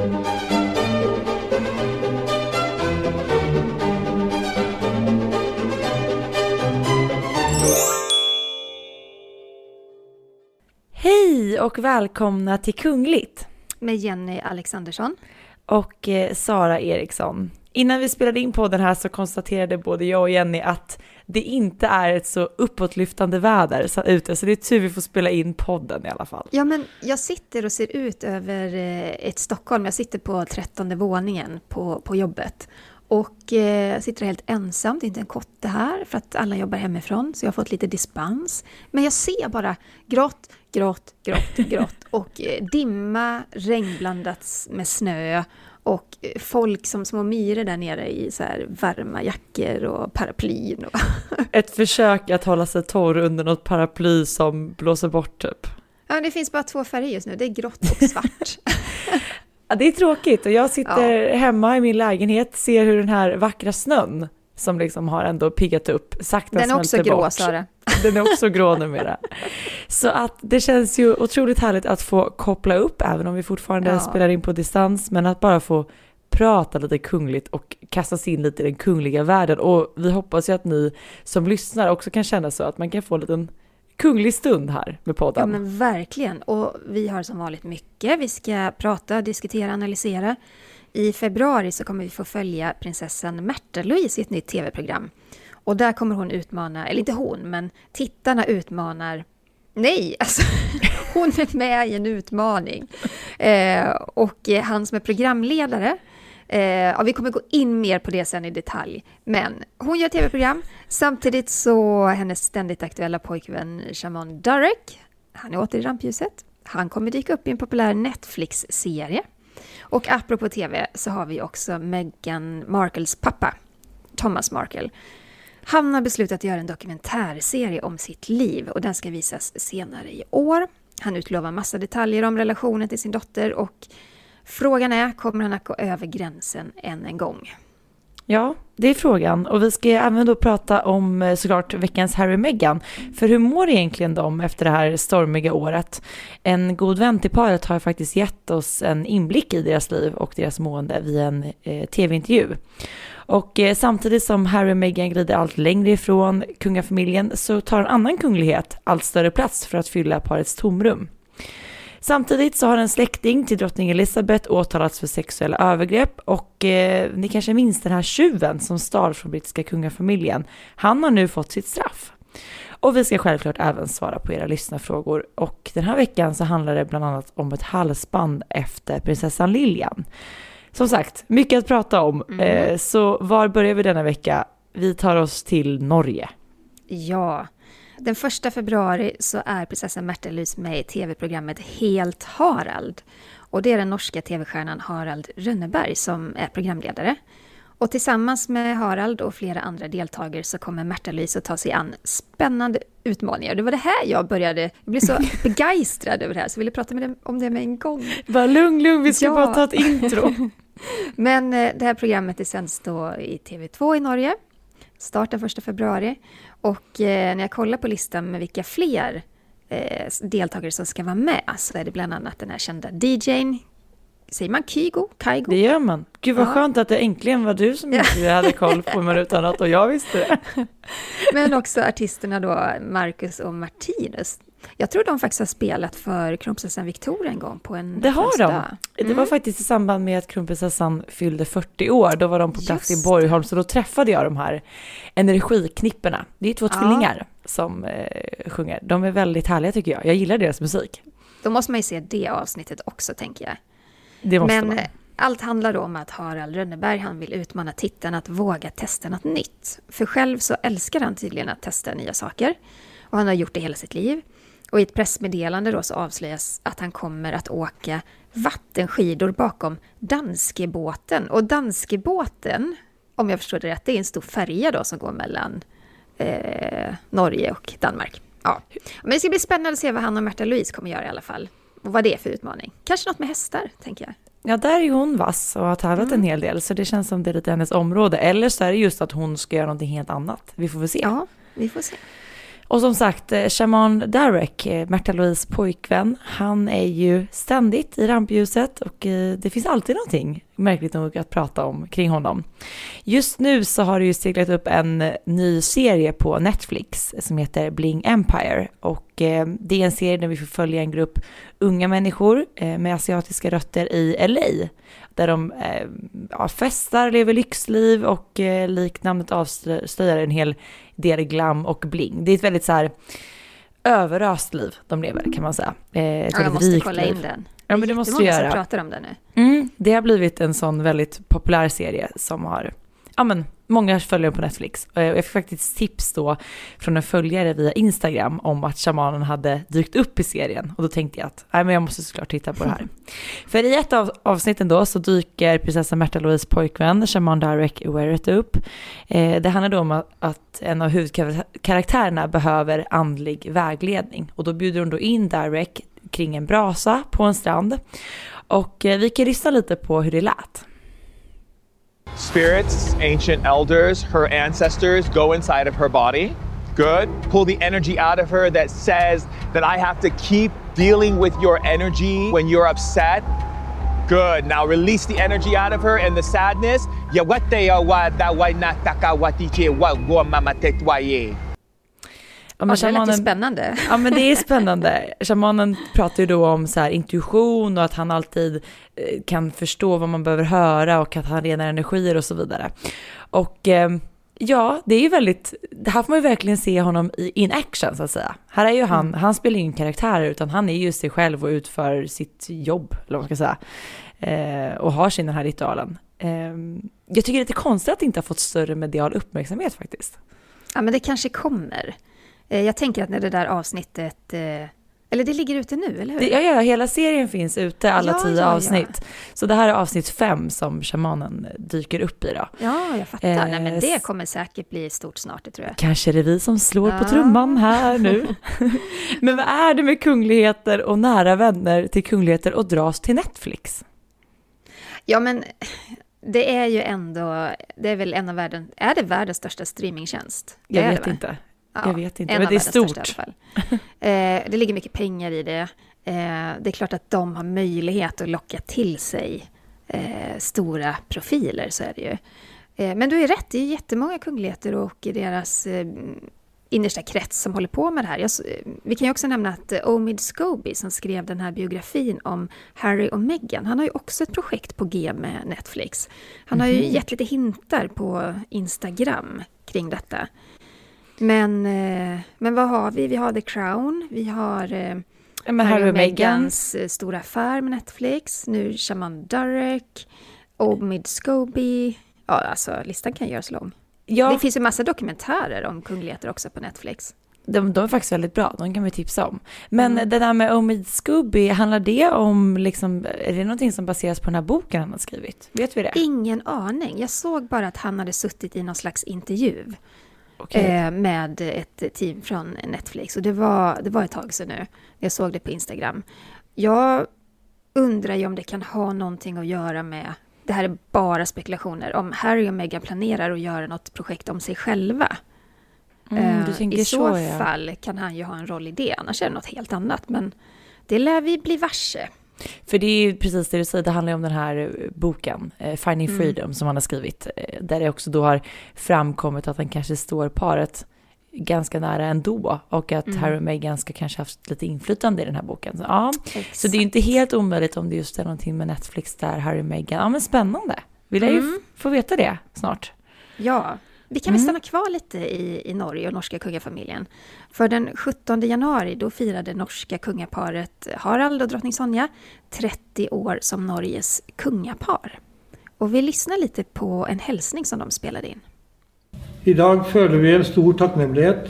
Hej och välkomna till Kungligt med Jenny Alexandersson och Sara Eriksson. Innan vi spelade in podden här så konstaterade både jag och Jenny att det inte är ett så uppåtlyftande väder så ute, så det är tur vi får spela in podden i alla fall. Ja, men jag sitter och ser ut över ett Stockholm. Jag sitter på 13:e våningen på jobbet. Och jag sitter helt ensam, det är inte en kotte här för att alla jobbar hemifrån. Så jag har fått lite dispens. Men jag ser bara grått och dimma, regnblandats med snö. Och folk som små myror där nere i så här varma jackor och paraplyn. Ett försök att hålla sig torr under något paraply som blåser bort typ. Ja, det finns bara 2 färger just nu, det är grått och svart. Ja, det är tråkigt och jag sitter hemma i min lägenhet, ser hur den här vackra snön som liksom har ändå piggat upp sakta den är också grå, bort. Sara. Den är också grå numera. Så att det känns ju otroligt härligt att få koppla upp, även om vi fortfarande spelar in på distans, men att bara få prata lite kungligt och kastas in lite i den kungliga världen. Och vi hoppas ju att ni som lyssnar också kan känna så att man kan få en liten kunglig stund här med podden. Ja, men verkligen. Och vi har som vanligt mycket. Vi ska prata, diskutera, analysera. I februari så kommer vi få följa prinsessan Märta Louise i ett nytt tv-program. Och där kommer hon utmana, eller inte hon, men tittarna utmanar. Nej, alltså hon är med i en utmaning. Och han som är programledare, vi kommer gå in mer på det sen i detalj. Men hon gör tv-program. Samtidigt så hennes ständigt aktuella pojkvän Shaman Durek, han är åter i rampljuset. Han kommer dyka upp i en populär Netflix-serie. Och apropå tv så har vi också Meghan Markles pappa, Thomas Markle. Han har beslutat att göra en dokumentärserie om sitt liv och den ska visas senare i år. Han utlovar massa detaljer om relationen till sin dotter och frågan är, kommer han att gå över gränsen än en gång? Ja, det är frågan. Och vi ska även då prata om såklart veckans Harry och Meghan. För hur mår egentligen de efter det här stormiga året? En god vän till paret har faktiskt gett oss en inblick i deras liv och deras mående via en tv-intervju. Och samtidigt som Harry och Meghan glider allt längre ifrån kungafamiljen så tar en annan kunglighet allt större plats för att fylla parets tomrum. Samtidigt så har en släkting till drottning Elizabeth åtalats för sexuella övergrepp och ni kanske minns den här tjuven som stal från brittiska kungafamiljen. Han har nu fått sitt straff. Och vi ska självklart även svara på era lyssnarfrågor. Och den här veckan så handlar det bland annat om ett halsband efter prinsessan Lilian. Som sagt, mycket att prata om. Så var börjar vi denna vecka? Vi tar oss till Norge. Ja, den 1 februari så är prinsessan Märta Louise med i tv-programmet Helt Harald. Och det är den norska tv-stjärnan Harald Rønneberg som är programledare. Och tillsammans med Harald och flera andra deltagare så kommer Märta Louise att ta sig an spännande utmaningar. Det var det här jag blev så begeistrad över det här så jag ville prata om det med en gång. Var lugn, vi ska bara ta ett intro. Men det här programmet är sänds då i TV2 i Norge. Start den 1 februari. Och när jag kollar på listan med vilka fler deltagare som ska vara med så är det bland annat den här kända DJ:n. Säger man Kygo? Det gör man. Gud vad skönt att det äntligen var du som inte hade koll på mig utan att och jag visste det. Men också artisterna då Marcus och Martinus. Jag tror de faktiskt har spelat för kronprinsessan Victoria en gång på en Det har de. Det var faktiskt i samband med att kronprinsessan fyllde 40 år. Då var de på plats i Borgholm så då träffade jag de här energiknipporna. Det är 2 tvillingar som sjunger. De är väldigt härliga tycker jag. Jag gillar deras musik. Då måste man ju se det avsnittet också tänker jag. Det måste man. Allt handlar då om att Harald Rønneberg han vill utmana tittarna att våga testa något nytt. För själv så älskar han tydligen att testa nya saker. Och han har gjort det hela sitt liv. Och i ett pressmeddelande då så avslöjas att han kommer att åka vattenskidor bakom Danskebåten. Och Danskebåten, om jag förstår det rätt, det är en stor färja då som går mellan Norge och Danmark. Ja. Men det ska bli spännande att se vad han och Märta Louise kommer göra i alla fall. Och vad det är för utmaning. Kanske något med hästar, tänker jag. Ja, där är hon vass och har tävlat en hel del. Så det känns som det är lite hennes område. Eller så är det just att hon ska göra någonting helt annat. Vi får väl se. Ja, vi får se. Och som sagt, Shaman Durek, Märta Louise pojkvän, han är ju ständigt i rampljuset och det finns alltid någonting märkligt nog att prata om kring honom. Just nu så har det ju seglat upp en ny serie på Netflix som heter Bling Empire, och det är en serie där vi får följa en grupp unga människor med asiatiska rötter i LA, där de festar, lever lyxliv och likt namnet avslöjar en hel del glam och bling. Det är ett väldigt så här överöst liv de lever, kan man säga. Jag måste kolla in den. Ja, men det måste du göra. Som pratar om den nu. Det har blivit en sån väldigt populär serie som har, många följer på Netflix. Jag fick faktiskt tips då från en följare via Instagram om att shamanen hade dykt upp i serien. Och då tänkte jag att jag måste såklart titta på det här. För i ett av avsnitten då så dyker prinsessa Märta Louise pojkvän, Shaman Durek Uweret, upp. Det handlar då om att en av huvudkaraktärerna behöver andlig vägledning. Och då bjuder hon då in Durek kring en brasa på en strand. Och vi kan lyssna lite på hur det lät. Spirits, ancient elders, her ancestors go inside of her body. Good. Pull the energy out of her that says that I have to keep dealing with your energy when you're upset. Good. Now release the energy out of her and the sadness. Ja, det är lite spännande. Ja, men det är spännande. Shamanen pratar ju då om så här intuition och att han alltid kan förstå vad man behöver höra och att han renar energier och så vidare. Och det är ju väldigt, här får man ju verkligen se honom in action så att säga. Här är ju han spelar ingen karaktär utan han är ju sig själv och utför sitt jobb, eller vad man ska säga, och har sin den här ritualen. Jag tycker det är lite konstigt att det inte har fått större medial uppmärksamhet faktiskt. Ja, men det kanske kommer. Jag tänker att när det där avsnittet, eller det ligger ute nu, eller hur? Ja, hela serien finns ute, alla 10 avsnitt. Ja. Så det här är avsnitt 5 som shamanen dyker upp i då. Ja, jag fattar. Nej, men det kommer säkert bli stort snart, det tror jag. Kanske är det vi som slår på trumman här nu. Men vad är det med kungligheter och nära vänner till kungligheter och dras till Netflix? Ja, men det är ju ändå, det är väl en av världens största streamingtjänst? Jag vet inte. Jag vet inte, men det är stort. Det ligger mycket pengar i det. Det är klart att de har möjlighet att locka till sig stora profiler, så är det ju. Men du är rätt, det är jättemånga kungligheter och deras innersta krets som håller på med det här. Vi kan ju också nämna att Omid Scobie som skrev den här biografin om Harry och Meghan, han har ju också ett projekt på G med Netflix. Han har ju gett lite hintar på Instagram kring detta. Men vad har vi? Vi har The Crown, vi har Harry och Meghans stora affär med Netflix, nu Shaman Durek, Omid Scobie. Ja, alltså listan kan göras lång. Ja. Det finns ju massa dokumentärer om kungligheter också på Netflix. De är faktiskt väldigt bra, de kan vi tipsa om. Men det där med Omid Scobie, handlar det om, liksom, är det någonting som baseras på den här boken han har skrivit? Vet vi det? Ingen aning. Jag såg bara att han hade suttit i någon slags intervju. Med ett team från Netflix. Och det var ett tag sedan nu. Jag såg det på Instagram. Jag undrar ju om det kan ha någonting att göra med, det här är bara spekulationer, om Harry och Meghan planerar att göra något projekt om sig själva. I så fall kan han ju ha en roll i det. Annars är det något helt annat. Men det lär vi bli varse. För det är ju precis det du säger, det handlar ju om den här boken Finding Freedom som han har skrivit, där det också då har framkommit att han kanske står paret ganska nära ändå och att Harry och Meghan ska kanske haft lite inflytande i den här boken. Så det är ju inte helt omöjligt om det just är någonting med Netflix där Harry och Meghan, men spännande. Vill jag ju få veta det snart. Ja, vi kan väl stanna kvar lite i Norge och norska kungafamiljen. För den 17 januari då firade norska kungaparet Harald och drottning Sonja 30 år som Norges kungapar. Och vi lyssnar lite på en hälsning som de spelade in. Idag føler vi en stor takknemlighet.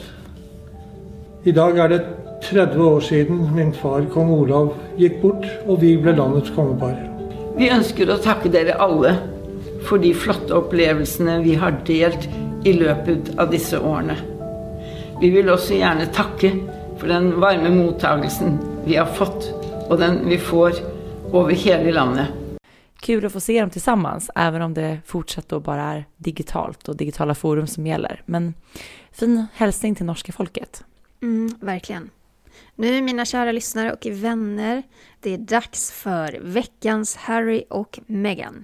Idag är det 30 år sedan min far, kong Olav, gick bort och vi blev landets kongepar. Vi önskar att tacka dere alla för de flotta upplevelserna vi har delt i löpet av dessa åren. Vi vill också gärna tacka för den varma mottagelsen vi har fått och den vi får över hela landet. Kul att få se dem tillsammans, även om det fortsatt då bara är digitalt och digitala forum som gäller. Men fin hälsning till norska folket. Verkligen. Nu mina kära lyssnare och vänner, det är dags för veckans Harry och Meghan.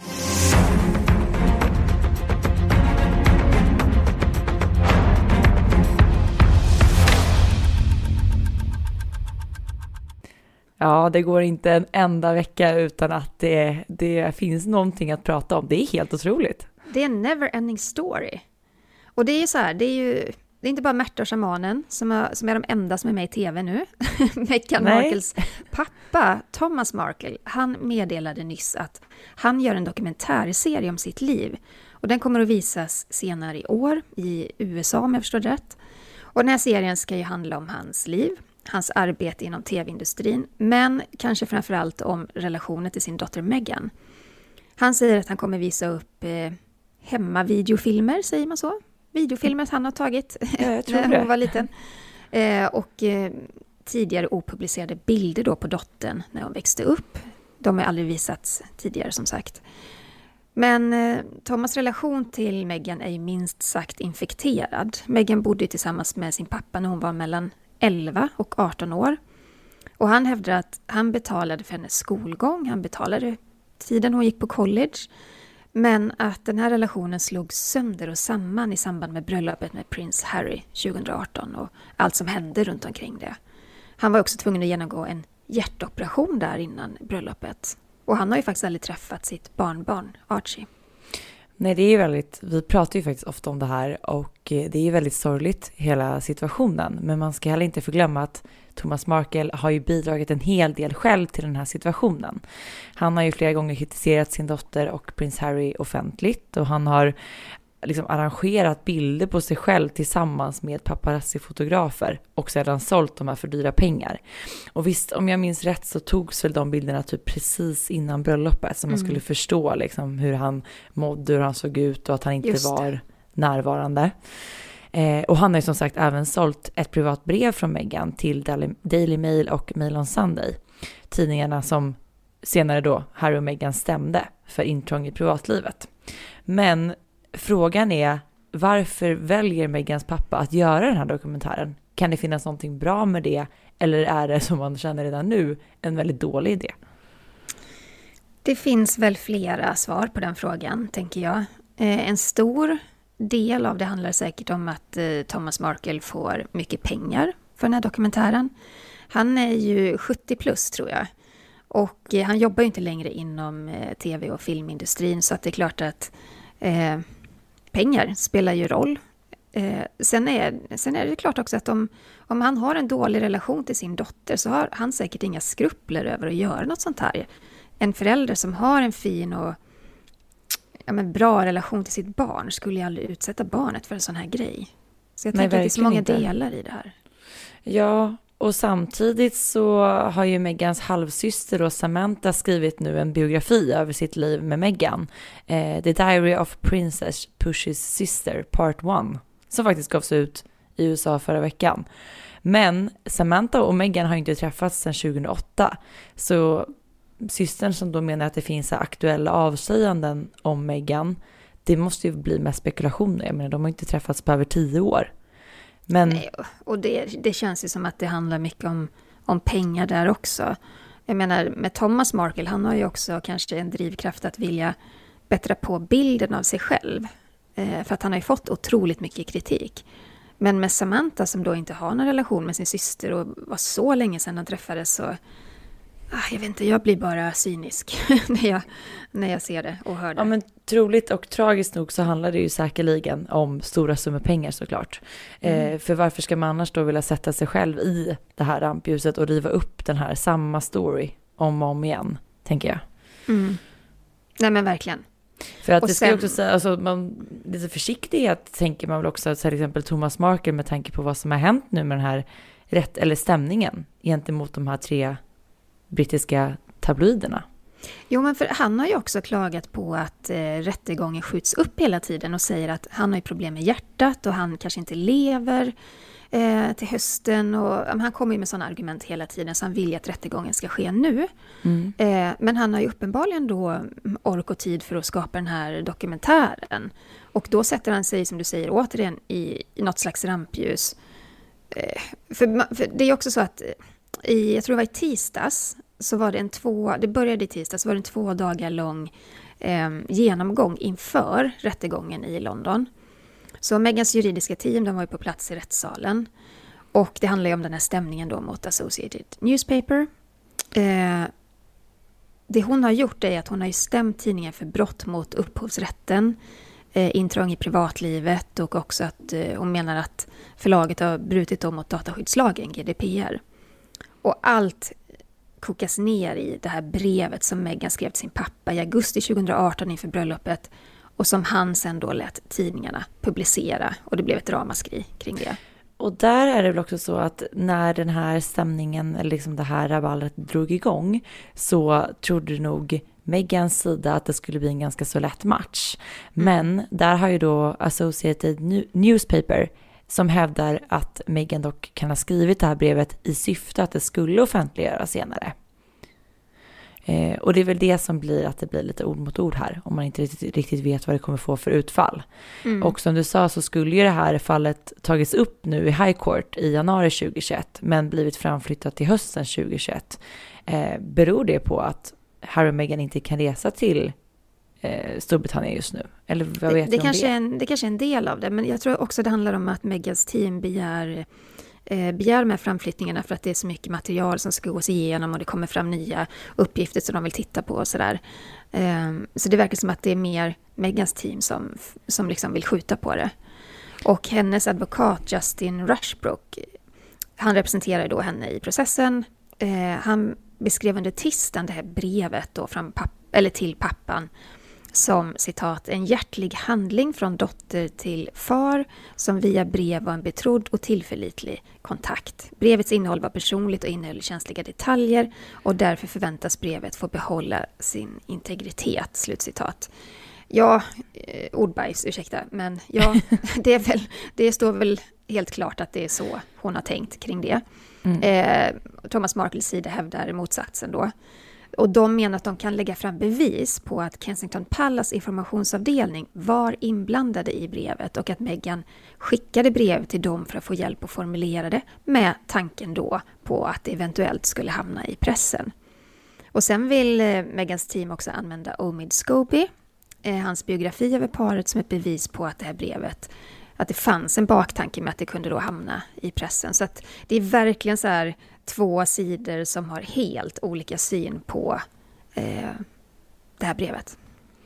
Ja, det går inte en enda vecka utan att det finns någonting att prata om. Det är helt otroligt. Det är en never-ending story. Och det är ju så här, det är inte bara Märta och shamanen som är de enda som är med i tv nu. Meghan Markles pappa, Thomas Markle, han meddelade nyss att han gör en dokumentärserie om sitt liv. Och den kommer att visas senare i år i USA, om jag förstår det rätt. Och den här serien ska ju handla om hans liv, hans arbete inom tv-industrin, men kanske framförallt om relationen till sin dotter Meghan. Han säger att han kommer visa upp hemmavideofilmer, säger man så? Videofilmer han har tagit när hon var liten. Och tidigare opublicerade bilder då på dottern när hon växte upp. De har aldrig visats tidigare som sagt. Men Thomas relation till Meghan är ju minst sagt infekterad. Meghan bodde tillsammans med sin pappa när hon var mellan 11 och 18 år. Och han hävdar att han betalade för hennes skolgång. Han betalade tiden hon gick på college. Men att den här relationen slog sönder och samman i samband med bröllopet med prins Harry 2018 och allt som hände runt omkring det. Han var också tvungen att genomgå en hjärtoperation där innan bröllopet. Och han har ju faktiskt aldrig träffat sitt barnbarn Archie. Nej, det är ju vi pratar ju faktiskt ofta om det här och det är ju väldigt sorgligt hela situationen. Men man ska heller inte förglömma att Thomas Markle har ju bidragit en hel del själv till den här situationen. Han har ju flera gånger kritiserat sin dotter och prins Harry offentligt och han har liksom arrangerat bilder på sig själv tillsammans med paparazzi-fotografer och sedan sålt de här för dyra pengar. Och visst, om jag minns rätt så togs väl de bilderna typ precis innan bröllopet så man skulle förstå liksom hur han mådde, hur han såg ut och att han inte var närvarande. Och han har ju som sagt även sålt ett privat brev från Meghan till Daily Mail och Mail on Sunday. Tidningarna som senare då Harry och Meghan stämde för intrång i privatlivet. Men frågan är, varför väljer Meghans pappa att göra den här dokumentären? Kan det finnas någonting bra med det? Eller är det, som man känner redan nu, en väldigt dålig idé? Det finns väl flera svar på den frågan, tänker jag. En stor del av det handlar säkert om att Thomas Markle får mycket pengar för den här dokumentären. Han är ju 70 plus, tror jag. Och han jobbar ju inte längre inom tv- och filmindustrin, så att det är klart att pengar spelar ju roll. Sen är det klart också att om han har en dålig relation till sin dotter så har han säkert inga skrupler över att göra något sånt här. En förälder som har en fin och bra relation till sitt barn skulle ju aldrig utsätta barnet för en sån här grej. Så jag tänker att det är så många delar i det här. Ja, och samtidigt så har ju Meghans halvsyster och Samantha skrivit nu en biografi över sitt liv med Meghan. The Diary of Princess Push's Sister Part 1. Som faktiskt gavs ut i USA förra veckan. Men Samantha och Meghan har inte träffats sedan 2008. Så systern som då menar att det finns aktuella avslöjanden om Meghan, det måste ju bli med spekulationer. Jag menar, de har inte träffats på över 10 år. Men... Nej, och det känns ju som att det handlar mycket om pengar där också. Jag menar, med Thomas Markle, han har ju också kanske en drivkraft att vilja bättra på bilden av sig själv. För att han har ju fått otroligt mycket kritik. Men med Samantha som då inte har någon relation med sin syster och var så länge sedan de träffades så... Jag vet inte, jag blir bara cynisk när jag ser det och hör det. Ja, men troligt och tragiskt nog så handlar det ju säkerligen om stora summor pengar såklart. För varför ska man annars då vilja sätta sig själv i det här rampljuset och riva upp den här samma story om och om igen, tänker jag. Nej men verkligen. För att och det ska ju också säga, alltså lite försiktighet tänker man väl också att till exempel Thomas Markle med tanke på vad som har hänt nu med den här stämningen gentemot de här 3 brittiska tabloiderna. Jo, men för han har ju också klagat på att rättegången skjuts upp hela tiden och säger att han har ju problem med hjärtat och han kanske inte lever till hösten. Och, han kommer ju med sådana argument hela tiden så han vill ju att rättegången ska ske nu. Men han har ju uppenbarligen då ork och tid för att skapa den här dokumentären. Och då sätter han sig, som du säger, återigen i något slags rampljus. För det är också så att jag tror det var i tisdags, så var det det började i tisdags, så var det en 2 dagar lång genomgång inför rättegången i London. Så Meghans juridiska team, de var ju på plats i rättssalen. Och det handlar ju om den här stämningen då mot Associated Newspaper. Det hon har gjort är att hon har ju stämt tidningen för brott mot upphovsrätten, intrång i privatlivet, och också att hon menar att förlaget har brutit då mot dataskyddslagen, GDPR. Och allt kokas ner i det här brevet som Meghan skrev till sin pappa i augusti 2018 inför bröllopet, och som han sen då lät tidningarna publicera, och det blev ett ramaskri kring det. Och där är det väl också så att när den här stämningen, eller liksom det här rabaldet drog igång, så trodde nog Meghans sida att det skulle bli en ganska så lätt match. Men där har ju då Associated Newspaper, som hävdar att Meghan dock kan ha skrivit det här brevet i syfte att det skulle offentliggöras senare. Och det är väl det som blir att det blir lite ord mot ord här, om man inte riktigt vet vad det kommer få för utfall. Och som du sa så skulle ju det här fallet tagits upp nu i High Court i januari 2021, men blivit framflyttat till hösten 2021. Beror det på att Harry och Meghan inte kan resa till Storbritannien just nu? Eller vad vet det kanske är en del av det, men jag tror också det handlar om att Meghans team begär de här framflyttningarna för att det är så mycket material som ska gås igenom, och det kommer fram nya uppgifter som de vill titta på och sådär. Så det verkar som att det är mer Meghans team som liksom vill skjuta på det. Och hennes advokat Justin Rushbrook, han representerar då henne i processen. Han beskrev under tisdagen det här brevet då till pappan som, citat, en hjärtlig handling från dotter till far som via brev var en betrodd och tillförlitlig kontakt. Brevets innehåll var personligt och innehöll känsliga detaljer, och därför förväntas brevet få behålla sin integritet, slutcitat. Ja, ordbajs, ursäkta, men ja, det står väl helt klart att det är så hon har tänkt kring det. Thomas Markles sida hävdar motsatsen då. Och de menar att de kan lägga fram bevis på att Kensington Palace informationsavdelning var inblandade i brevet, och att Meghan skickade brev till dem för att få hjälp att formulera det, med tanken då på att det eventuellt skulle hamna i pressen. Och sen vill Meghans team också använda Omid Scobie, hans biografi över paret, som ett bevis på att det här brevet, att det fanns en baktanke med att det kunde då hamna i pressen. Så att det är verkligen så här 2 sidor som har helt olika syn på det här brevet.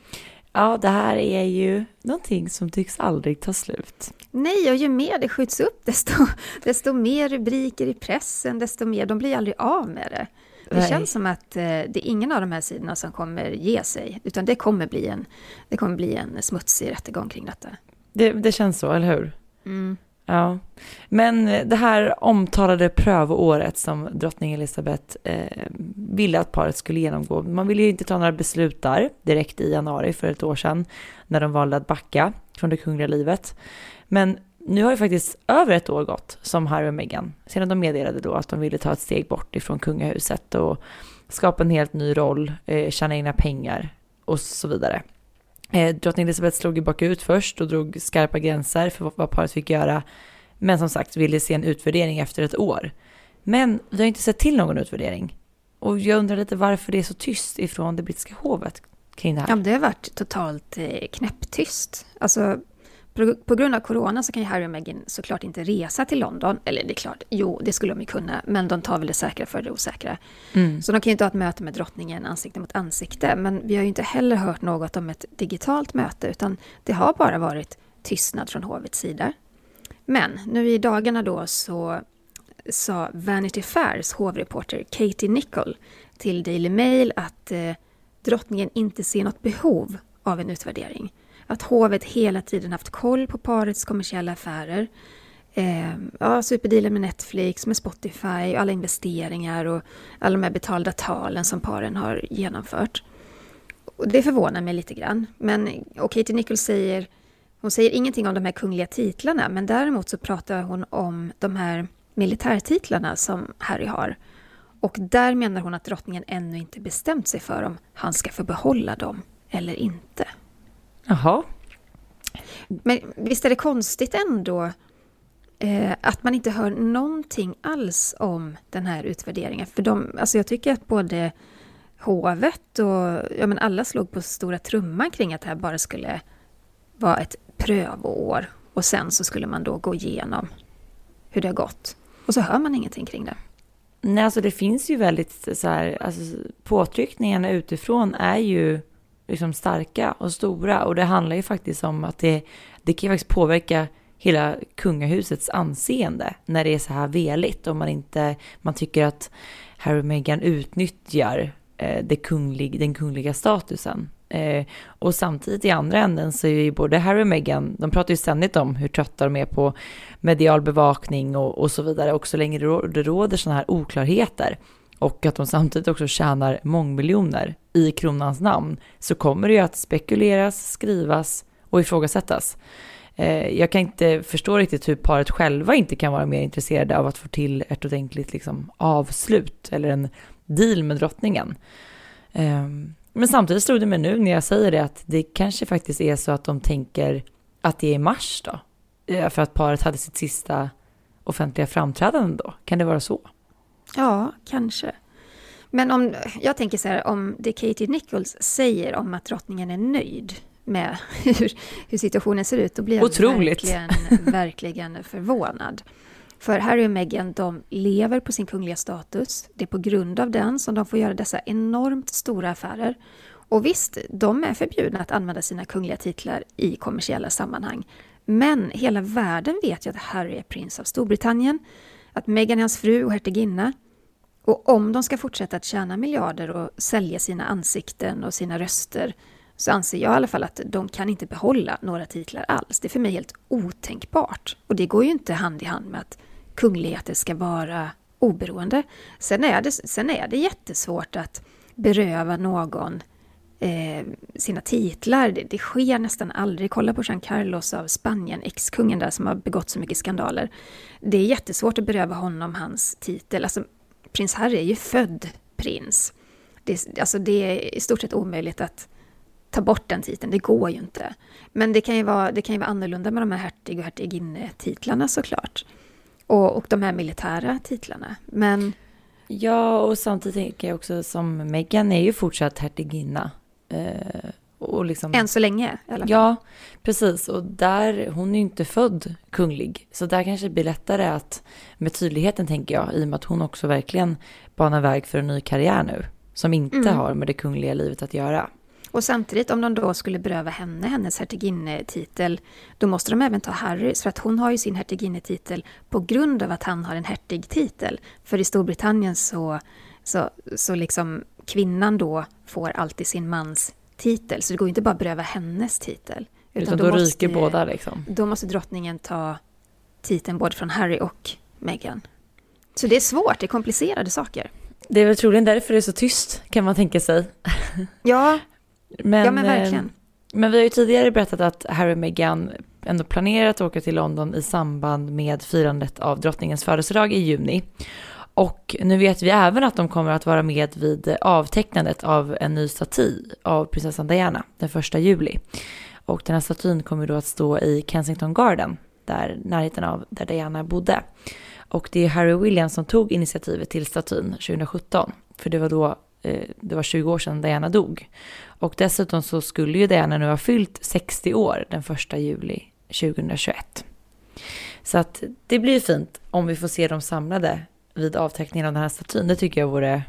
Ja, det här är ju någonting som tycks aldrig ta slut. Nej, och ju mer det skjuts upp, desto mer rubriker i pressen, desto mer, de blir aldrig av med det. Det känns som att det är ingen av de här sidorna som kommer ge sig, utan det kommer bli en smutsig rättegång kring detta. Det känns så, eller hur? Ja. Men det här omtalade prövoåret som drottning Elizabeth ville att paret skulle genomgå. Man ville ju inte ta några beslut där direkt i januari för ett år sedan, när de valde att backa från det kungliga livet. Men nu har ju faktiskt över ett år gått som Harry och Meghan, sedan de meddelade då att de ville ta ett steg bort ifrån kungahuset och skapa en helt ny roll, tjäna egna pengar och så vidare. Drottning Elizabeth slog ju bakut först och drog skarpa gränser för vad paret fick göra, men som sagt ville se en utvärdering efter ett år. Men vi har inte sett till någon utvärdering, och jag undrar lite varför det är så tyst ifrån det brittiska hovet kring det här. Ja, det har varit totalt knäpptyst. Alltså, på grund av corona så kan ju Harry och Meghan såklart inte resa till London. Eller det är klart, jo det skulle de ju kunna, men de tar väl det säkra för det osäkra. Så de kan ju inte ha ett möte med drottningen ansikte mot ansikte. Men vi har ju inte heller hört något om ett digitalt möte, utan det har bara varit tystnad från hovets sida. Men nu i dagarna då så sa Vanity Fairs hovreporter Katie Nicholl till Daily Mail att drottningen inte ser något behov av en utvärdering. Att hovet hela tiden haft koll på parets kommersiella affärer. Superdealen med Netflix, med Spotify, alla investeringar och alla de här betalda talen som paren har genomfört. Och det förvånar mig lite grann. Och Katie Nicholl säger ingenting om de här kungliga titlarna, men däremot så pratar hon om de här militärtitlarna som Harry har. Och där menar hon att drottningen ännu inte bestämt sig för om han ska få behålla dem eller inte. Jaha. Men visst är det konstigt ändå att man inte hör någonting alls om den här utvärderingen. För jag tycker att både hovet och alla slog på stora trumman kring att det här bara skulle vara ett prövår. Och sen så skulle man då gå igenom hur det har gått. Och så hör man ingenting kring det. Nej, alltså det finns ju väldigt så här, alltså påtryckningarna utifrån är ju liksom starka och stora. Och det handlar ju faktiskt om att det kan faktiskt påverka hela kungahusets anseende när det är så här veligt. Om man tycker att Harry och Meghan utnyttjar den kungliga statusen. Och samtidigt i andra änden så är ju både Harry och Meghan, de pratar ju ständigt om hur trötta de är på medial bevakning och så vidare. Och så länge det råder såna här oklarheter och att de samtidigt också tjänar mångmiljoner i kronans namn, så kommer det ju att spekuleras, skrivas och ifrågasättas. Jag kan inte förstå riktigt hur paret själva inte kan vara mer intresserade av att få till ett ordentligt liksom avslut eller en deal med drottningen. Men samtidigt stod det mig nu när jag säger det att det kanske faktiskt är så att de tänker att det är i mars då. För att paret hade sitt sista offentliga framträdande då. Kan det vara så? Ja, kanske. Men jag tänker så här, om det Katie Nichols säger om att drottningen är nöjd med hur situationen ser ut, då blir jag verkligen förvånad. För Harry och Meghan, de lever på sin kungliga status. Det är på grund av den som de får göra dessa enormt stora affärer. Och visst, de är förbjudna att använda sina kungliga titlar i kommersiella sammanhang. Men hela världen vet ju att Harry är prins av Storbritannien, att Meghan är hans fru och hertiginna. Och om de ska fortsätta att tjäna miljarder och sälja sina ansikten och sina röster, så anser jag i alla fall att de kan inte behålla några titlar alls. Det är för mig helt otänkbart. Och det går ju inte hand i hand med att kungligheter ska vara oberoende. Sen är det jättesvårt att beröva någon sina titlar. Det sker nästan aldrig. Kolla på Jean Carlos av Spanien, ex-kungen där som har begått så mycket skandaler. Det är jättesvårt att beröva honom hans titel. Alltså, prins Harry är ju född prins. Det är i stort sett omöjligt att ta bort den titeln, det går ju inte. Men det kan ju vara annorlunda med de här hertig- och hertiginne-titlarna såklart. Och de här militära titlarna. Men ja, och samtidigt tänker jag också som Meghan är ju fortsatt hertiginna. Och liksom, än så länge i alla fall. Ja, precis. Och hon är ju inte född kunglig. Så där kanske det blir lättare att med tydligheten, tänker jag, i och med att hon också verkligen banar väg för en ny karriär nu. Som inte har med det kungliga livet att göra. Och samtidigt, om de då skulle beröva hennes hertiginnetitel, då måste de även ta Harrys, för att hon har ju sin hertiginnetitel på grund av att han har en hertigtitel. För i Storbritannien så liksom kvinnan då får alltid sin mans titel, så det går inte bara att beröva hennes titel. Utan då ryker båda liksom. Då måste drottningen ta titeln både från Harry och Meghan. Så det är svårt, det är komplicerade saker. Det är väl troligen därför det är så tyst, kan man tänka sig. Ja. Men verkligen. Men vi har ju tidigare berättat att Harry och Meghan ändå planerat att åka till London i samband med firandet av drottningens födelsedag i juni. Och nu vet vi även att de kommer att vara med vid avtecknandet av en ny staty av prinsessan Diana den 1 juli. Och den här statyn kommer då att stå i Kensington Garden, där närheten av där Diana bodde. Och det är Harry Williams som tog initiativet till statyn 2017. För det var 20 år sedan Diana dog. Och dessutom så skulle ju Diana nu ha fyllt 60 år den 1 juli 2021. Så att det blir fint om vi får se dem samlade vid avteckningen av den här statyn. Det tycker jag vore...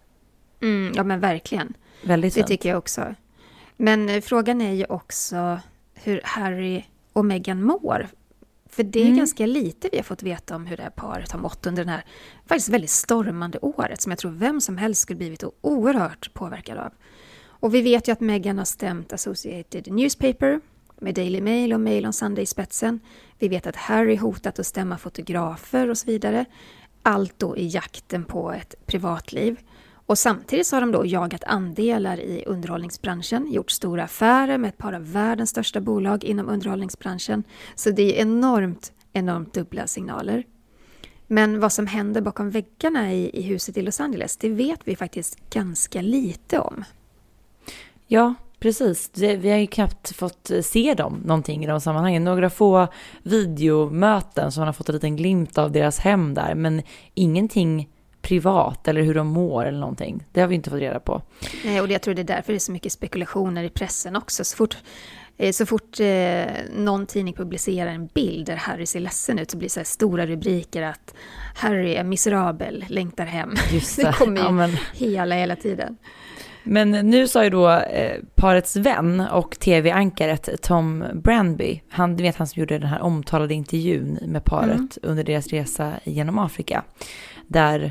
ja men verkligen. Väldigt fint. Det tycker jag också. Men frågan är ju också hur Harry och Meghan mår. För det är ganska lite vi har fått veta om hur det här paret har mått under den här faktiskt väldigt stormande året, som jag tror vem som helst skulle blivit oerhört påverkad av. Och vi vet ju att Meghan har stämt Associated Newspaper med Daily Mail och Mail on Sunday i spetsen. Vi vet att Harry hotat att stämma fotografer och så vidare. Allt då i jakten på ett privatliv. Och samtidigt så har de då jagat andelar i underhållningsbranschen, gjort stora affärer med ett par av världens största bolag inom underhållningsbranschen. Så det är enormt dubbla signaler. Men vad som händer bakom väggarna i huset i Los Angeles, det vet vi faktiskt ganska lite om. Ja, Precis, vi har ju knappt fått se dem någonting i de sammanhangen. Några få videomöten som man har fått en liten glimt av deras hem där, men ingenting privat eller hur de mår eller någonting. Det har vi inte fått reda på. Nej, och jag tror det är därför det är så mycket spekulationer i pressen också. Så fort någon tidning publicerar en bild där Harry ser ledsen ut så blir det så här stora rubriker att Harry är miserabel, längtar hem. Just det kommer ju hela tiden. Men nu sa ju då parets vän och tv-ankaret Tom Brandby, han som gjorde den här omtalade intervjun med paret under deras resa genom Afrika, där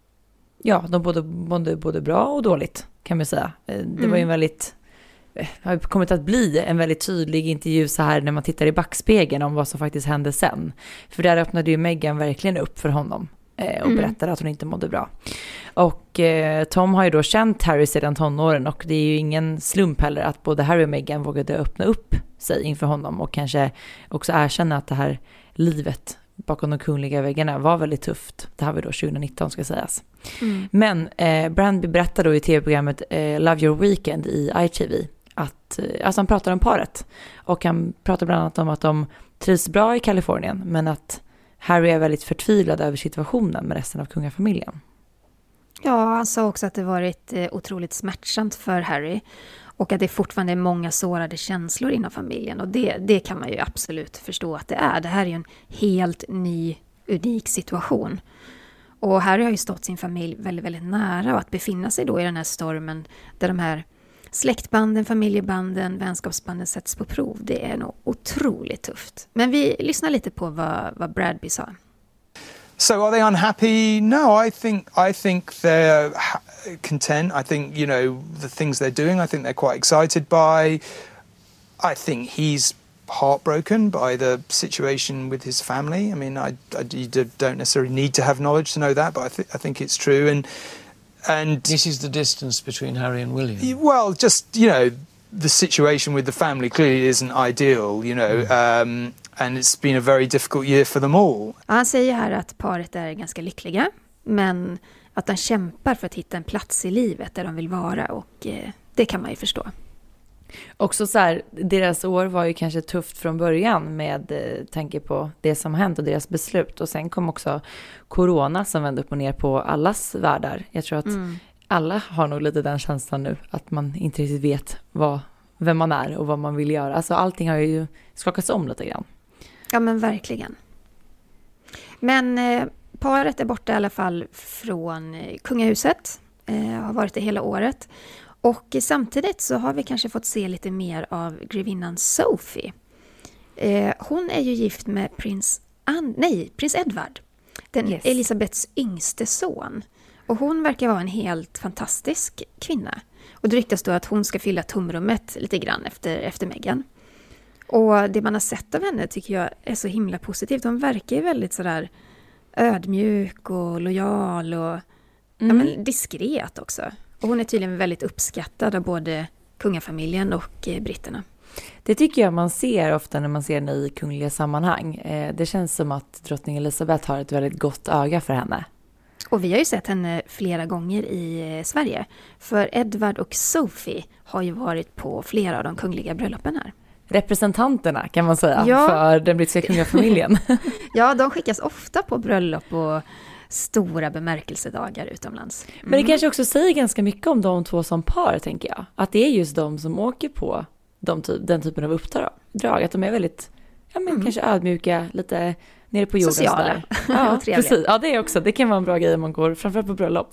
de både bra och dåligt kan man säga. Det var ju en väldigt, har kommit att bli en väldigt tydlig intervju så här när man tittar i backspegeln om vad som faktiskt hände sen. För där öppnade ju Meghan verkligen upp för honom och berättade att hon inte mådde bra. Och Tom har ju då känt Harry sedan tonåren, och det är ju ingen slump heller att både Harry och Meghan vågade öppna upp sig inför honom och kanske också erkänna att det här livet bakom de kungliga väggarna var väldigt tufft. Det här var då 2019 ska sägas. Men Brandby berättade då i tv-programmet Love Your Weekend i ITV att han pratar om paret, och han pratar bland annat om att de trivs bra i Kalifornien, men att Harry är väldigt förtvivlad över situationen med resten av kungafamiljen. Ja, han sa också att det varit otroligt smärtsamt för Harry och att det fortfarande är många sårade känslor inom familjen, och det kan man ju absolut förstå att det är. Det här är ju en helt ny, unik situation. Och Harry har ju stått sin familj väldigt, väldigt nära, och att befinna sig då i den här stormen där de här släktbanden, familjebanden, vänskapsbanden sätts på prov, det är nog otroligt tufft. Men vi lyssnar lite på vad Bradby sa. So are they unhappy? No, I think they're content. I think, the things they're doing, I think they're quite excited by. I think he's heartbroken by the situation with his family. I mean, you don't necessarily need to have knowledge to know that, but I think it's true. And this is the distance between Harry and William. Well, just, the situation with the family clearly isn't ideal, and it's been a very difficult year for them all. Han säger här att paret är ganska lyckliga, men att de kämpar för att hitta en plats i livet där de vill vara, och det kan man ju förstå. Också så här, deras år var ju kanske tufft från början med tanke på det som hänt och deras beslut. Och sen kom också corona som vände upp och ner på allas världar. Jag tror att alla har nog lite den känslan nu att man inte riktigt vet vem man är och vad man vill göra. Alltså allting har ju skakats om lite grann. Ja, men verkligen. Men paret är borta i alla fall från kungahuset. Har varit det hela året. Och samtidigt så har vi kanske fått se lite mer av grevinnan Sophie. Hon är ju gift med prins Edward, Elisabeths yngste son. Och hon verkar vara en helt fantastisk kvinna. Och det ryktas då att hon ska fylla tomrummet lite grann efter Meghan. Och det man har sett av henne tycker jag är så himla positivt. Hon verkar ju väldigt sådär ödmjuk och lojal och men diskret också. Och hon är tydligen väldigt uppskattad av både kungafamiljen och britterna. Det tycker jag man ser ofta när man ser henne i kungliga sammanhang. Det känns som att drottning Elizabeth har ett väldigt gott öga för henne. Och vi har ju sett henne flera gånger i Sverige. För Edward och Sophie har ju varit på flera av de kungliga bröllopen här. Representanterna kan man säga för den brittiska kungafamiljen. Ja, de skickas ofta på bröllop och stora bemärkelsedagar utomlands. Men det kanske också säger ganska mycket om de två som par, tänker jag. Att det är just de som åker på den typen av uppdrag. Att de är väldigt, kanske ödmjuka, lite nere på jorden. Sociala. Ja, precis. Ja, det är också. Det kan vara en bra grej om man går framförallt på bröllop.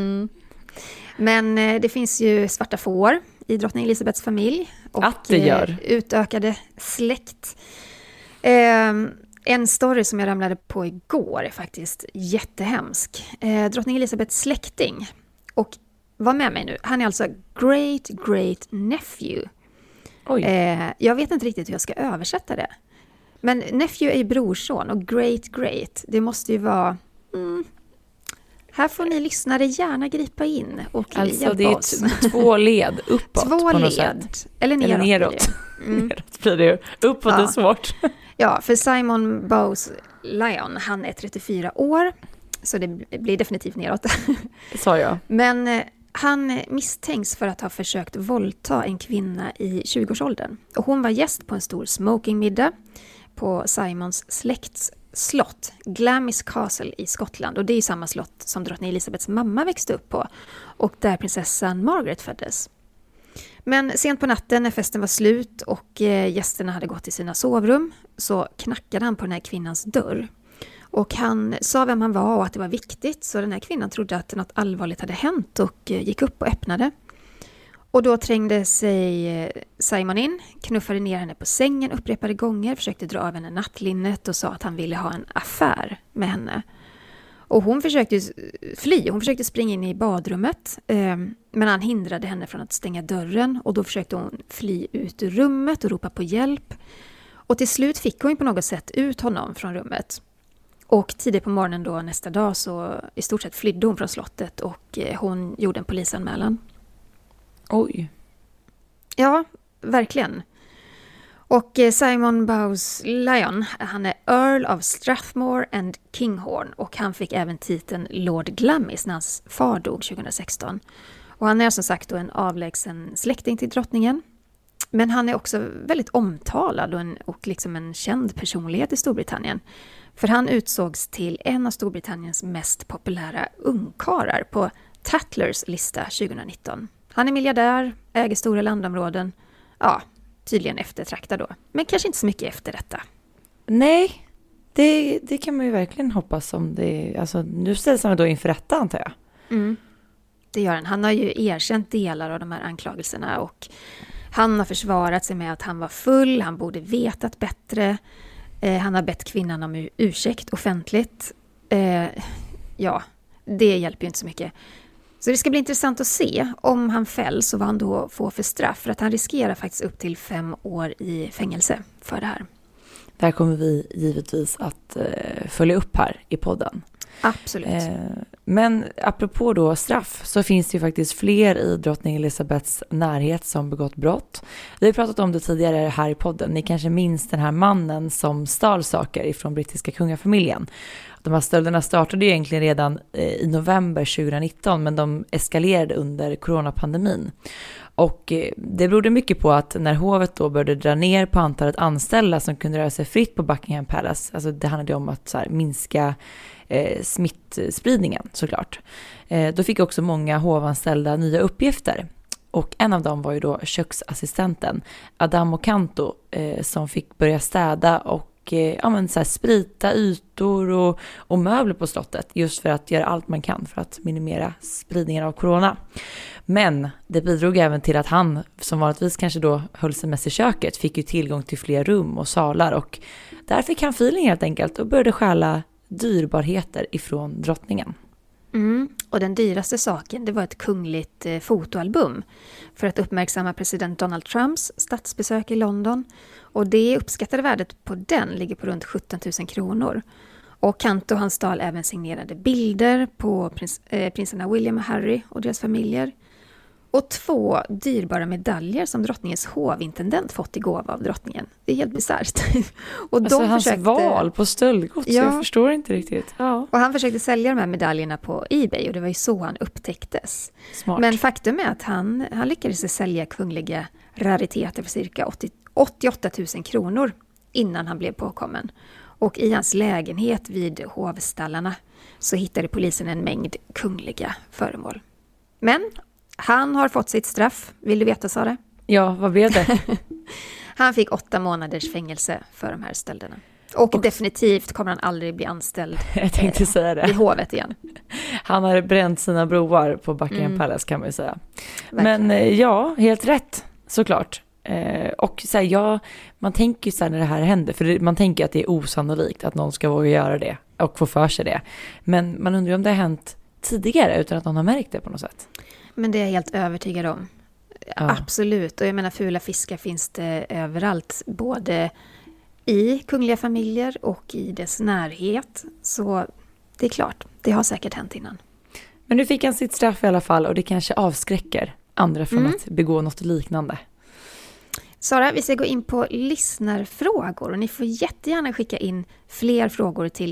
Men det finns ju svarta får i drottning Elisabeths familj. Och att det gör. Utökade släkt. En story som jag ramlade på igår är faktiskt jättehemsk. Drottning Elisabeths släkting. Och var med mig nu. Han är alltså great nephew. Oj. Jag vet inte riktigt hur jag ska översätta det. Men nephew är ju brorson och great. Det måste ju vara... Här får ni lyssnare gärna gripa in och alltså hjälpa det är oss. 2 led uppåt på något sätt. Eller neråt. Neråt blir det ju. Uppåt är svårt. Ja, för Simon Bowes-Lyon, han är 34 år. Så det blir definitivt neråt. Det sa jag. Men Han misstänks för att ha försökt våldta en kvinna i 20-årsåldern. Och hon var gäst på en stor smokingmiddag på Simons släkts slott, Glamis Castle i Skottland. Och det är samma slott som drottning Elisabeths mamma växte upp på och där prinsessan Margaret föddes. Men sent på natten när festen var slut och gästerna hade gått till sina sovrum så knackade han på den här kvinnans dörr. Och han sa vem han var och att det var viktigt, så den här kvinnan trodde att något allvarligt hade hänt och gick upp och öppnade. Och då trängde sig Simon in, knuffade ner henne på sängen upprepade gånger, försökte dra av henne nattlinnet och sa att han ville ha en affär med henne. Och hon försökte fly, hon försökte springa in i badrummet, men han hindrade henne från att stänga dörren och då försökte hon fly ut ur rummet och ropa på hjälp. Och till slut fick hon på något sätt ut honom från rummet. Och tidigt på morgonen då nästa dag så i stort sett flydde hon från slottet och hon gjorde en polisanmälan. Oj. Ja, verkligen. Och Simon Bowes-Lyon, han är Earl of Strathmore and Kinghorn och han fick även titeln Lord Glamis när hans far dog 2016. Och han är som sagt då en avlägsen släkting till drottningen. Men han är också väldigt omtalad och liksom en känd personlighet i Storbritannien. För han utsågs till en av Storbritanniens mest populära ungkarlar på Tattlers lista 2019. Han är miljardär, äger stora landområden. Ja, tydligen eftertraktad då. Men kanske inte så mycket efter detta. Nej, det kan man ju verkligen hoppas om det. Alltså, nu ställs han då inför rätta, antar jag. Det gör han. Han har ju erkänt delar av de här anklagelserna och han har försvarat sig med att han var full, han borde vetat bättre. Han har bett kvinnan om ursäkt offentligt. Ja, det hjälper ju inte så mycket. Så det ska bli intressant att se om han fälls och vad han då får för straff. För att han riskerar faktiskt upp till 5 år i fängelse för det här. Där kommer vi givetvis att följa upp här i podden. Absolut. Men apropå då straff så finns det ju faktiskt fler i drottning Elisabeths närhet som begått brott. Vi har pratat om det tidigare här i podden. Ni kanske minns den här mannen som stal saker ifrån brittiska kungafamiljen. De här stölderna startade egentligen redan i november 2019 men de eskalerade under coronapandemin. Och det berodde mycket på att när hovet då började dra ner på antalet anställda som kunde röra sig fritt på Buckingham Palace, alltså det handlade om att så här, minska smittspridningen såklart. Då fick också många hovanställda nya uppgifter. Och en av dem var ju då köksassistenten Adamo Canto som fick börja städa och så här, sprita ytor och möbler på slottet just för att göra allt man kan för att minimera spridningen av corona. Men det bidrog även till att han, som vanligtvis kanske då höll sig mest i köket, fick ju tillgång till fler rum och salar och där fick han feeling helt enkelt och började stjäla dyrbarheter ifrån drottningen. Och den dyraste saken, det var ett kungligt fotoalbum för att uppmärksamma president Donald Trumps statsbesök i London. Och det uppskattade värdet på den ligger på runt 17 000 kronor. Och Canto han stal även signerade bilder på prinsarna William och Harry och deras familjer. Och 2 dyrbara medaljer som drottningens hovintendent fått i gåva av drottningen. Det är helt bisarrt. Och alltså hans val på stöldgods, ja. Jag förstår inte riktigt. Ja. Och han försökte sälja de här medaljerna på eBay och det var ju så han upptäcktes. Smart. Men faktum är att han lyckades sälja kungliga rariteter för cirka 88 000 kronor innan han blev påkommen. Och i hans lägenhet vid hovstallarna så hittade polisen en mängd kungliga föremål. Men han har fått sitt straff. Vill du veta, Sara? Ja, vad blev det? Han fick 8 månaders fängelse för de här stölderna. Och definitivt kommer han aldrig bli anställd jag tänkte säga det. I hovet igen. Han har bränt sina broar på Buckingham Palace kan man ju säga. Verkligen. Men ja, helt rätt såklart. Och så här, man tänker ju så här när det här händer, för man tänker att det är osannolikt att någon ska våga göra det och få för sig det. Men man undrar om det har hänt tidigare utan att någon har märkt det på något sätt. Men det är jag helt övertygad om. Ja. Absolut. Och jag menar, fula fiskar finns det överallt. Både i kungliga familjer och i dess närhet. Så det är klart, det har säkert hänt innan. Men nu fick han sitt straff i alla fall och det kanske avskräcker andra från att begå något liknande. Sara, vi ska gå in på lyssnarfrågor och ni får jättegärna skicka in fler frågor till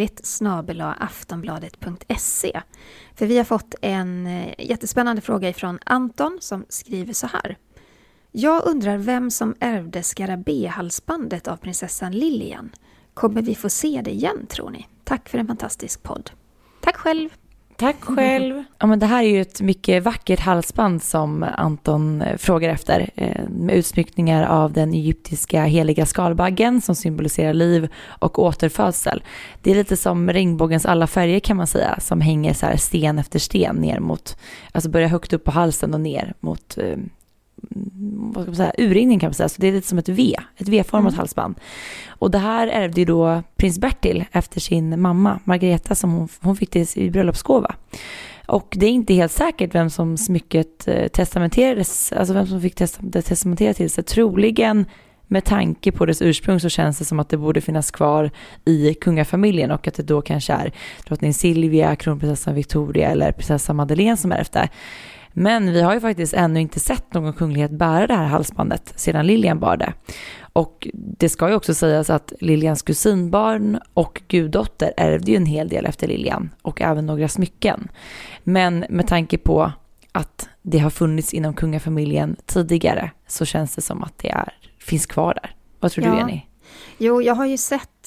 kungligt@aftonbladet.se. För vi har fått en jättespännande fråga ifrån Anton som skriver så här. Jag undrar vem som ärvde skarabéhalsbandet av prinsessan Lilian. Kommer vi få se det igen, tror ni? Tack för en fantastisk podd. Tack själv! Tack själv. Ja, men det här är ju ett mycket vackert halsband som Anton frågar efter. Med utsmyckningar av den egyptiska heliga skalbaggen som symboliserar liv och återfödsel. Det är lite som regnbågens alla färger kan man säga. Som hänger så här sten efter sten ner mot, alltså börjar högt upp på halsen och ner mot vad ska man säga, urringning kan man säga. Så det är lite som ett V-format halsband. Och det här ärvde ju då prins Bertil efter sin mamma Margareta som hon fick det i bröllopsgåva. Och det är inte helt säkert vem som smycket testamenterades, alltså vem som fick det testamenterat till sig. Troligen med tanke på dess ursprung så känns det som att det borde finnas kvar i kungafamiljen och att det då kanske är drottning Silvia, kronprinsessan Victoria eller prinsessan Madeleine som är efter. Men vi har ju faktiskt ännu inte sett någon kunglighet bära det här halsbandet sedan Lilian bar det. Och det ska ju också sägas att Lilians kusinbarn och guddotter ärvde ju en hel del efter Lilian och även några smycken. Men med tanke på att det har funnits inom kungafamiljen tidigare så känns det som att det finns kvar där. Vad tror du, Jenny? Jo, jag har ju sett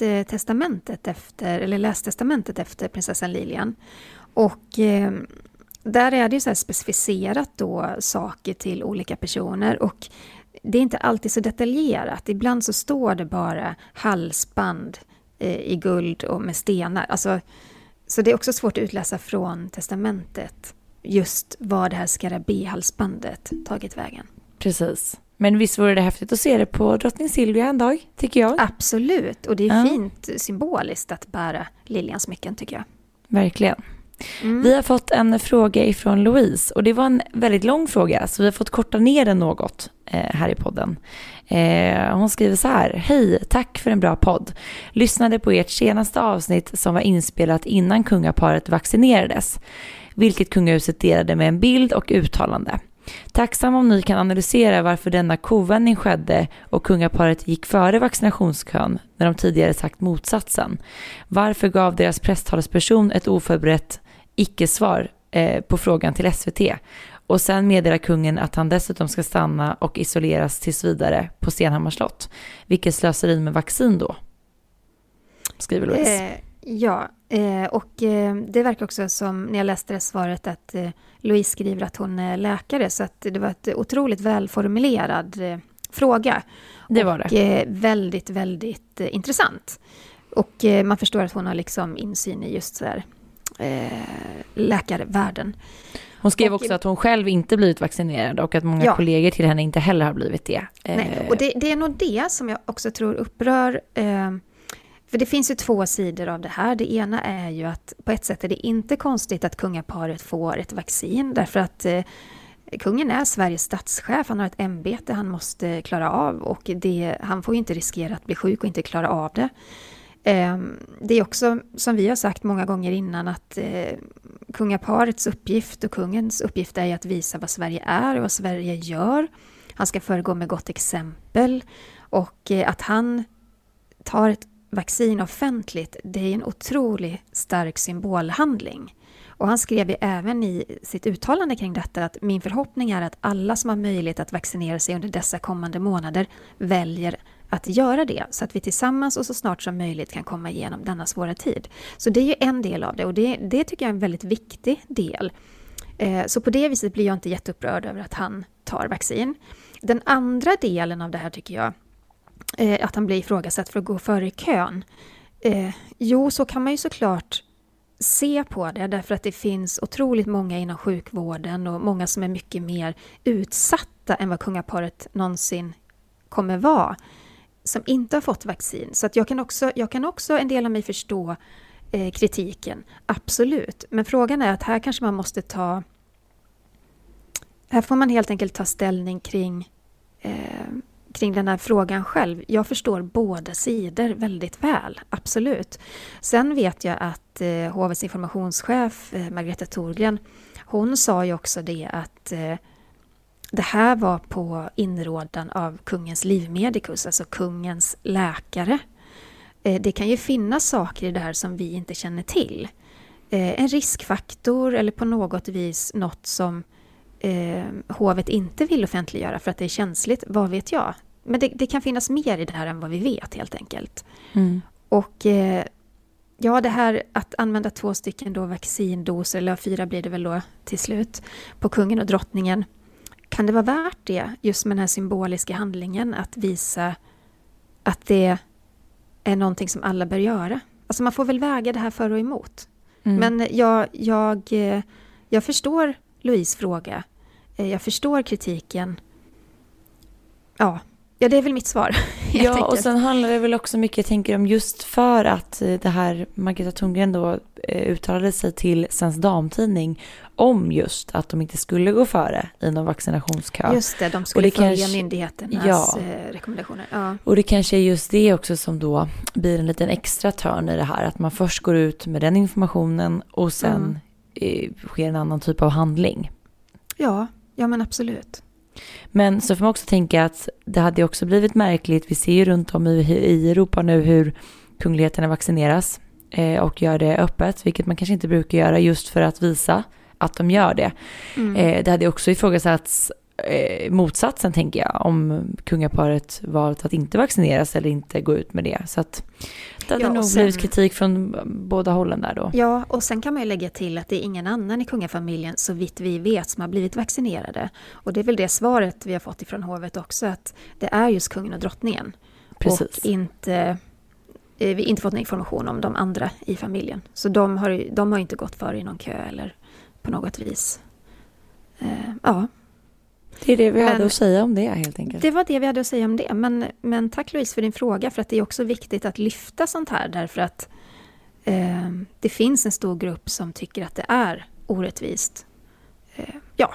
läst testamentet efter prinsessan Lilian. Och där är det ju så här specificerat då saker till olika personer och det är inte alltid så detaljerat. Ibland så står det bara halsband i guld och med stenar. Alltså, så det är också svårt att utläsa från testamentet just vad det här skarabéhalsbandet tagit vägen. Precis. Men visst vore det häftigt att se det på drottning Silvia en dag, tycker jag. Absolut, och det är fint symboliskt att bära Lilians smycken tycker jag. Verkligen. Vi har fått en fråga ifrån Louise och det var en väldigt lång fråga så vi har fått korta ner den något här i podden. Hon skriver så här: Hej, tack för en bra podd. Lyssnade på ert senaste avsnitt som var inspelat innan kungaparet vaccinerades, vilket kungahuset delade med en bild och uttalande. Tacksam om ni kan analysera varför denna kovändning skedde och kungaparet gick före vaccinationskön när de tidigare sagt motsatsen. Varför gav deras presstalesperson ett oförberett icke-svar på frågan till SVT och sen meddelar kungen att han dessutom ska stanna och isoleras tills vidare på Stenhammars slott. Vilket slöseri med vaccin då? Skriver Louise. Och det verkar också som, när jag läste det svaret, att Louise skriver att hon är läkare, så att det var ett otroligt välformulerad fråga. Det var det. Och väldigt, väldigt intressant. Och man förstår att hon har liksom insyn i just så här, läkarvärlden. Hon skrev också att hon själv inte blivit vaccinerad och att många kollegor till henne inte heller har blivit det. Nej, och det är nog det som jag också tror upprör. För det finns ju två sidor av det här. Det ena är ju att på ett sätt är det inte konstigt att kungaparet får ett vaccin. Därför att kungen är Sveriges statschef. Han har ett ämbete han måste klara av. Och han får ju inte riskera att bli sjuk och inte klara av det. Det är också, som vi har sagt många gånger innan, att kungaparets uppgift och kungens uppgift är att visa vad Sverige är och vad Sverige gör. Han ska föregå med gott exempel. Och att han tar ett vaccin offentligt, det är en otroligt stark symbolhandling. Och han skrev ju även i sitt uttalande kring detta att min förhoppning är att alla som har möjlighet att vaccinera sig under dessa kommande månader väljer att göra det, så att vi tillsammans och så snart som möjligt kan komma igenom denna svåra tid. Så det är ju en del av det, och det tycker jag är en väldigt viktig del. Så på det viset blir jag inte jätteupprörd över att han tar vaccin. Den andra delen av det här tycker jag, att han blir ifrågasatt för att gå före i kön. Så kan man ju såklart se på det, därför att det finns otroligt många inom sjukvården och många som är mycket mer utsatta än vad kungaparet någonsin kommer vara, som inte har fått vaccin. Så att jag kan också en del av mig förstå kritiken, absolut. Men frågan är att här kanske man måste här får man helt enkelt ta ställning kring den här frågan själv. Jag förstår båda sidor väldigt väl, absolut. Sen vet jag att HV:s informationschef Margareta Thorgren, hon sa ju också det att det här var på inrådan av kungens livmedikus, alltså kungens läkare. Det kan ju finnas saker i det här som vi inte känner till. En riskfaktor eller på något vis något som hovet inte vill offentliggöra för att det är känsligt, vad vet jag. Men det kan finnas mer i det här än vad vi vet helt enkelt. Och ja, det här att använda 2 stycken då vaccindoser, eller 4 blir det väl då till slut, på kungen och drottningen. Kan det vara värt det, just med den här symboliska handlingen, att visa att det är någonting som alla bör göra? Alltså man får väl väga det här för och emot. Men jag förstår Louise fråga. Jag förstår kritiken. Ja, det är väl mitt svar. Ja, och sen handlar det väl också mycket, jag tänker om, just för att det här Margareta Thorngren då uttalade sig till Svensk Damtidning om just att de inte skulle gå före i någon vaccinationskö. Just det, de skulle följa myndigheternas rekommendationer. Ja. Och det kanske är just det också som då blir en liten extra törn i det här, att man först går ut med den informationen och sen sker en annan typ av handling. Ja men absolut. Men så får man också tänka att det hade också blivit märkligt. Vi ser ju runt om i Europa nu hur kungligheterna vaccineras och gör det öppet, vilket man kanske inte brukar göra, just för att visa att de gör det. Det hade också ifrågasatts motsatsen, tänker jag, om kungaparet valt att inte vaccineras eller inte gå ut med det. Så att det hade nog blivit kritik från båda hållen där då. Ja, och sen kan man ju lägga till att det är ingen annan i kungafamiljen, så vitt vi vet, som har blivit vaccinerade. Och det är väl det svaret vi har fått ifrån hovet också, att det är just kungen och drottningen. Precis. Och vi har inte fått någon information om de andra i familjen. Så de har inte gått före i någon kö eller på något vis. Det är det vi hade att säga om det, helt enkelt. Det var det vi hade att säga om det. Men tack Louise för din fråga, för att det är också viktigt att lyfta sånt här, därför att det finns en stor grupp som tycker att det är orättvist. Ja.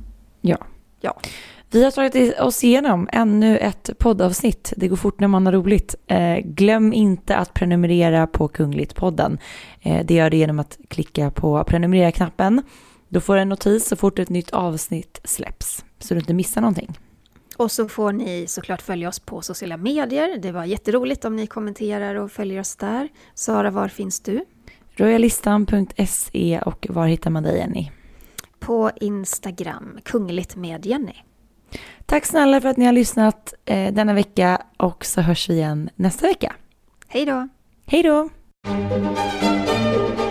Vi har tagit oss igenom ännu ett poddavsnitt. Det går fort när man har roligt. Glöm inte att prenumerera på Kungligt-podden. Det gör det genom att klicka på prenumerera-knappen. Då får du en notis så fort ett nytt avsnitt släpps, så du inte missar någonting. Och så får ni såklart följa oss på sociala medier. Det var jätteroligt om ni kommenterar och följer oss där. Sara, var finns du? Royalistan.se, och var hittar man dig, Jenny? På Instagram, Kungligt med Jenny. Tack snälla för att ni har lyssnat denna vecka, och så hörs vi igen nästa vecka. Hej då! Hej då!